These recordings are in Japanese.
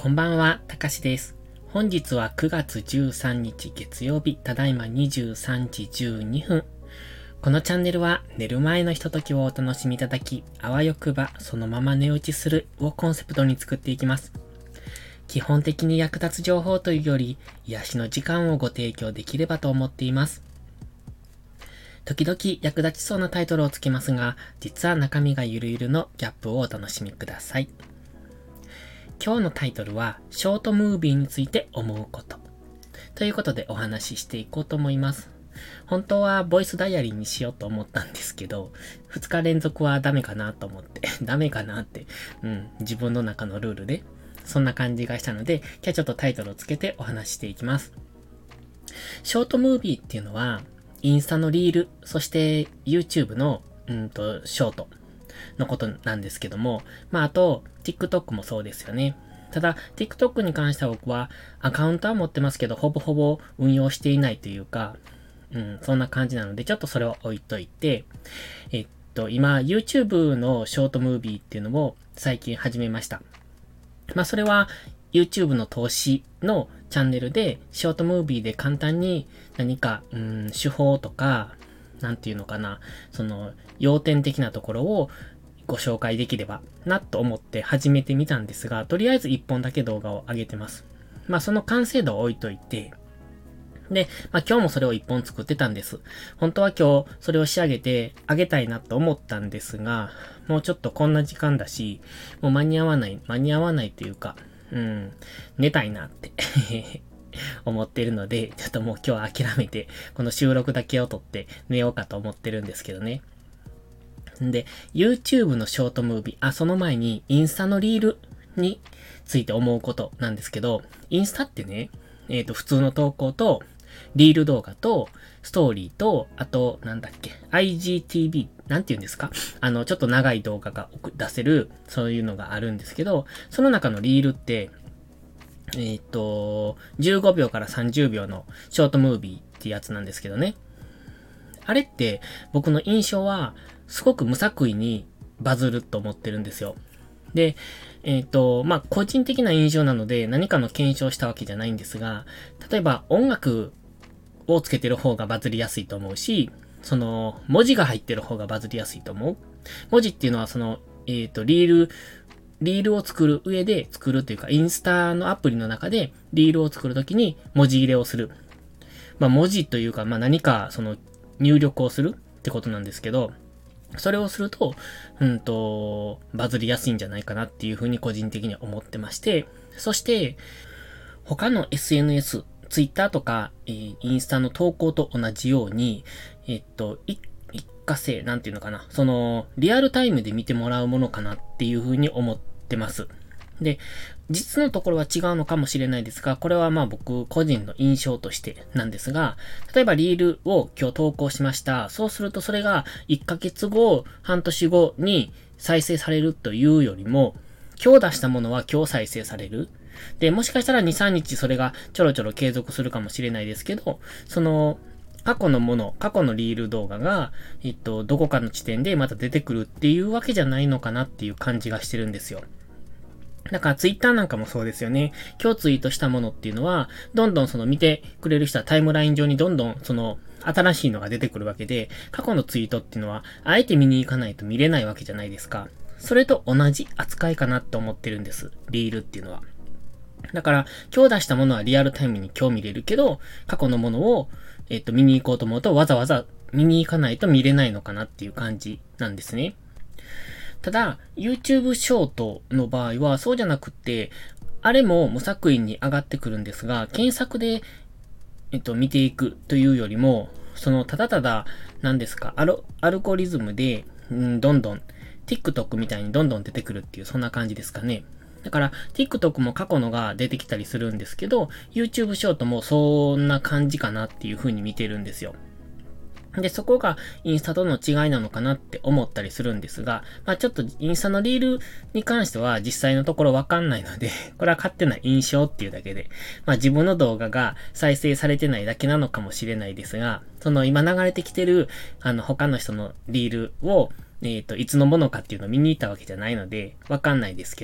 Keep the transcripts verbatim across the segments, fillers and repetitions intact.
こんばんは、たかしです。本日はくがつじゅうさんにち月曜日、ただいまにじゅうさんじじゅうにふん。このチャンネルは寝る前のひとときをお楽しみいただき、あわよくばそのまま寝落ちするをコンセプトに作っていきます。基本的に役立つ情報というより、癒しの時間をご提供できればと思っています。時々役立ちそうなタイトルをつけますが、実は中身がゆるゆるのギャップをお楽しみください。今日のタイトルは、ショートムービーについて思うこと。ということでお話ししていこうと思います。本当はボイスダイアリーにしようと思ったんですけど、ふつか連続はダメかなと思って、ダメかなって、うん、自分の中のルールで、そんな感じがしたので、今日はちょっとタイトルをつけてお話ししていきます。ショートムービーっていうのは、インスタのリール、そして YouTube の、うんと、ショートのことなんですけども、まああと、TikTok もそうですよね。ただ、TikTok に関しては僕はアカウントは持ってますけど、ほぼほぼ運用していないというか、うん、そんな感じなので、ちょっとそれを置いといて、えっと、今、YouTube のショートムービーっていうのを最近始めました。まあそれは、YouTube の投資のチャンネルで、ショートムービーで簡単に何か、うん、手法とか、なんていうのかな、その、要点的なところをご紹介できればなと思って始めてみたんですが、とりあえずいっぽんだけ動画を上げてます。まあその完成度を置いといて、で、まあ今日もそれをいっぽん作ってたんです。本当は今日それを仕上げてあげたいなと思ったんですが、もうちょっとこんな時間だし、もう間に合わない、間に合わないというか、うん、寝たいなって思っているので、ちょっともう今日は諦めて、この収録だけを撮って寝ようかと思ってるんですけどね。んで、YouTube のショートムービー、あ、その前にインスタのリールについて思うことなんですけど、インスタってね、えっと、普通の投稿と、リール動画と、ストーリーと、あと、なんだっけ、アイジーティービー、なんて言うんですか？あの、ちょっと長い動画が出せる、そういうのがあるんですけど、その中のリールって、えっと、じゅうごびょうからさんじゅうびょうのショートムービーってやつなんですけどね。あれって僕の印象はすごく無作為にバズると思ってるんですよ。で、えっと、まあ、個人的な印象なので何かの検証したわけじゃないんですが、例えば音楽をつけてる方がバズりやすいと思うし、その文字が入ってる方がバズりやすいと思う。文字っていうのはその、えっと、リール、リールを作る上で作るというか、インスタのアプリの中でリールを作るときに文字入れをする。まあ、文字というか、まあ、何かその入力をするってことなんですけど、それをすると、うんと、バズりやすいんじゃないかなっていうふうに個人的には思ってまして、そして、他の エスエヌエス、Twitter とか、えー、インスタの投稿と同じように、えっと、一過性、なんていうのかな、その、リアルタイムで見てもらうものかなっていうふうに思ってます。で、実のところは違うのかもしれないですが、これはまあ僕個人の印象としてなんですが、例えばリールを今日投稿しました。そうするとそれがいっかげつご、半年後に再生されるというよりも、今日出したものは今日再生される。で、もしかしたらに、さんにちそれがちょろちょろ継続するかもしれないですけど、その、過去のもの、過去のリール動画が、えっと、どこかの地点でまた出てくるっていうわけじゃないのかなっていう感じがしてるんですよ。だからツイッターなんかもそうですよね。今日ツイートしたものっていうのは、どんどんその見てくれる人はタイムライン上にどんどんその新しいのが出てくるわけで、過去のツイートっていうのは、あえて見に行かないと見れないわけじゃないですか。それと同じ扱いかなって思ってるんです。リールっていうのは。だから、今日出したものはリアルタイムに今日見れるけど、過去のものを、えっと、見に行こうと思うと、わざわざ見に行かないと見れないのかなっていう感じなんですね。ただ、YouTube ショートの場合はそうじゃなくって、あれも無作為に上がってくるんですが、検索で、えっと、見ていくというよりも、その、ただただ、何ですか、アル、アルゴリズムで、うん、どんどん、TikTok みたいにどんどん出てくるっていう、そんな感じですかね。だから、TikTok も過去のが出てきたりするんですけど、YouTube ショートもそんな感じかなっていう風に見てるんですよ。で、そこがインスタとの違いなのかなって思ったりするんですが、まあちょっとインスタのリールに関しては実際のところわかんないので、これは勝手な印象っていうだけで、まあ自分の動画が再生されてないだけなのかもしれないですが、その今流れてきてる、あの他の人のリールを、えっと、いつのものかっていうのを見に行ったわけじゃないので、わかんないですけど、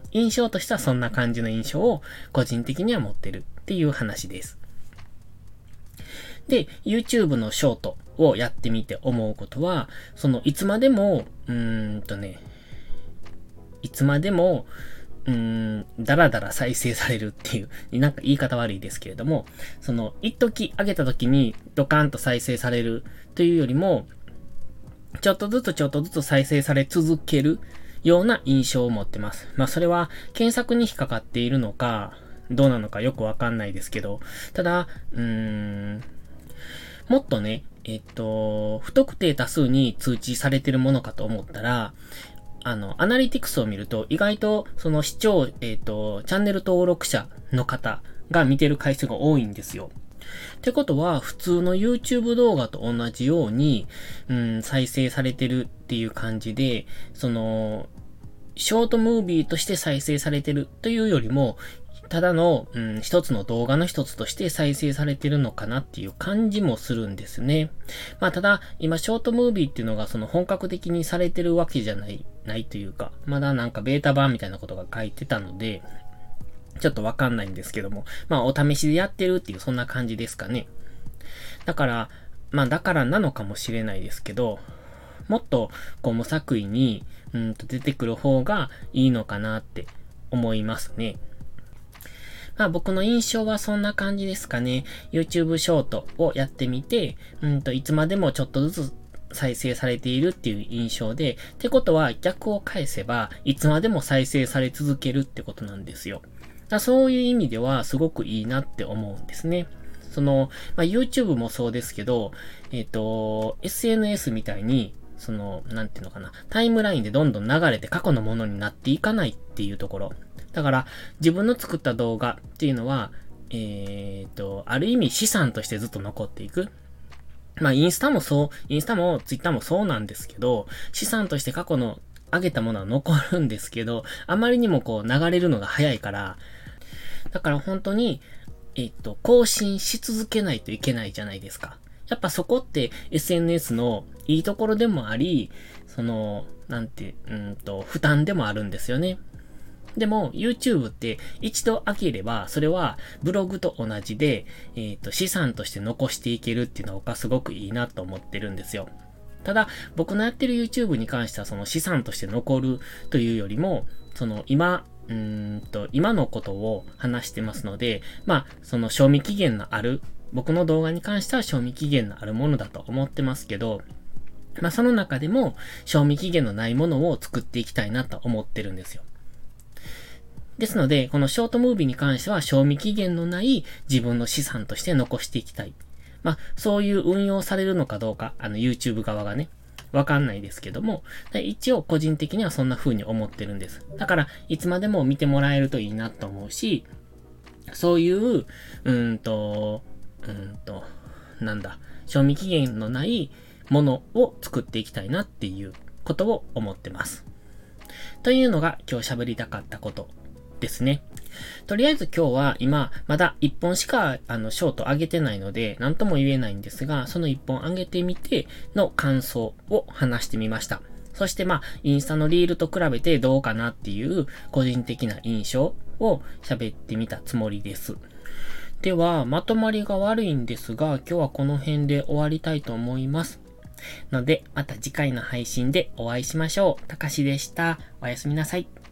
印象としてはそんな感じの印象を個人的には持ってるっていう話です。で、YouTube のショートをやってみて思うことは、そのいつまでも、うーんとね、いつまでも、うーん、だらだら再生されるっていう、なんか言い方悪いですけれども、その、一時上げた時にドカーンと再生されるというよりも、ちょっとずつちょっとずつ再生され続けるような印象を持ってます。まあそれは検索に引っかかっているのか、どうなのかよくわかんないですけど、ただ、うーん、もっとね、えっと、不特定多数に通知されてるものかと思ったら、あの、アナリティクスを見ると、意外と、その視聴、えっと、チャンネル登録者の方が見てる回数が多いんですよ。ってことは、普通の YouTube 動画と同じように、うん、再生されてるっていう感じで、その、ショートムービーとして再生されてるというよりも、ただの、うん、一つの動画の一つとして再生されてるのかなっていう感じもするんですね。まあただ、今ショートムービーっていうのがその本格的にされてるわけじゃない、ないというか、まだなんかベータ版みたいなことが書いてたので、ちょっとわかんないんですけども、まあお試しでやってるっていうそんな感じですかね。だから、まあだからなのかもしれないですけど、もっとこう無作為に、うんと出てくる方がいいのかなって思いますね。まあ僕の印象はそんな感じですかね。YouTube ショートをやってみて、うんといつまでもちょっとずつ再生されているっていう印象で、ってことは逆を返せば、いつまでも再生され続けるってことなんですよ。だそういう意味ではすごくいいなって思うんですね。その、まあ、YouTube もそうですけど、えっと、エスエヌエス みたいに、その、なんていうのかな、タイムラインでどんどん流れて過去のものになっていかないっていうところ。だから、自分の作った動画っていうのは、えっと、ある意味資産としてずっと残っていく。まあ、インスタもそう、インスタもツイッターもそうなんですけど、資産として過去の上げたものは残るんですけど、あまりにもこう流れるのが早いから、だから本当に、えっと、更新し続けないといけないじゃないですか。やっぱそこって エスエヌエス のいいところでもあり、その、なんて、うんと、負担でもあるんですよね。でも、YouTube って一度開ければ、それはブログと同じで、えっと、資産として残していけるっていうのがすごくいいなと思ってるんですよ。ただ、僕のやってる YouTube に関してはその資産として残るというよりも、その今、うーんと、今のことを話してますので、まあ、その賞味期限のある、僕の動画に関しては賞味期限のあるものだと思ってますけど、まあその中でも賞味期限のないものを作っていきたいなと思ってるんですよ。ですので、このショートムービーに関しては賞味期限のない自分の資産として残していきたい。まあ、そういう運用されるのかどうか、あの YouTube 側がね、わかんないですけども、一応個人的にはそんな風に思ってるんです。だから、いつまでも見てもらえるといいなと思うし、そういう、うーんと、うーんと、なんだ、賞味期限のないものを作っていきたいなっていうことを思ってます。というのが今日喋りたかったことですね。とりあえず今日は今まだいっぽんしかあのショート上げてないので何とも言えないんですが、そのいっぽん上げてみての感想を話してみました。そしてまあインスタのリールと比べてどうかなっていう個人的な印象を喋ってみたつもりです。ではまとまりが悪いんですが、今日はこの辺で終わりたいと思います。のでまた次回の配信でお会いしましょう。たかしでした。おやすみなさい。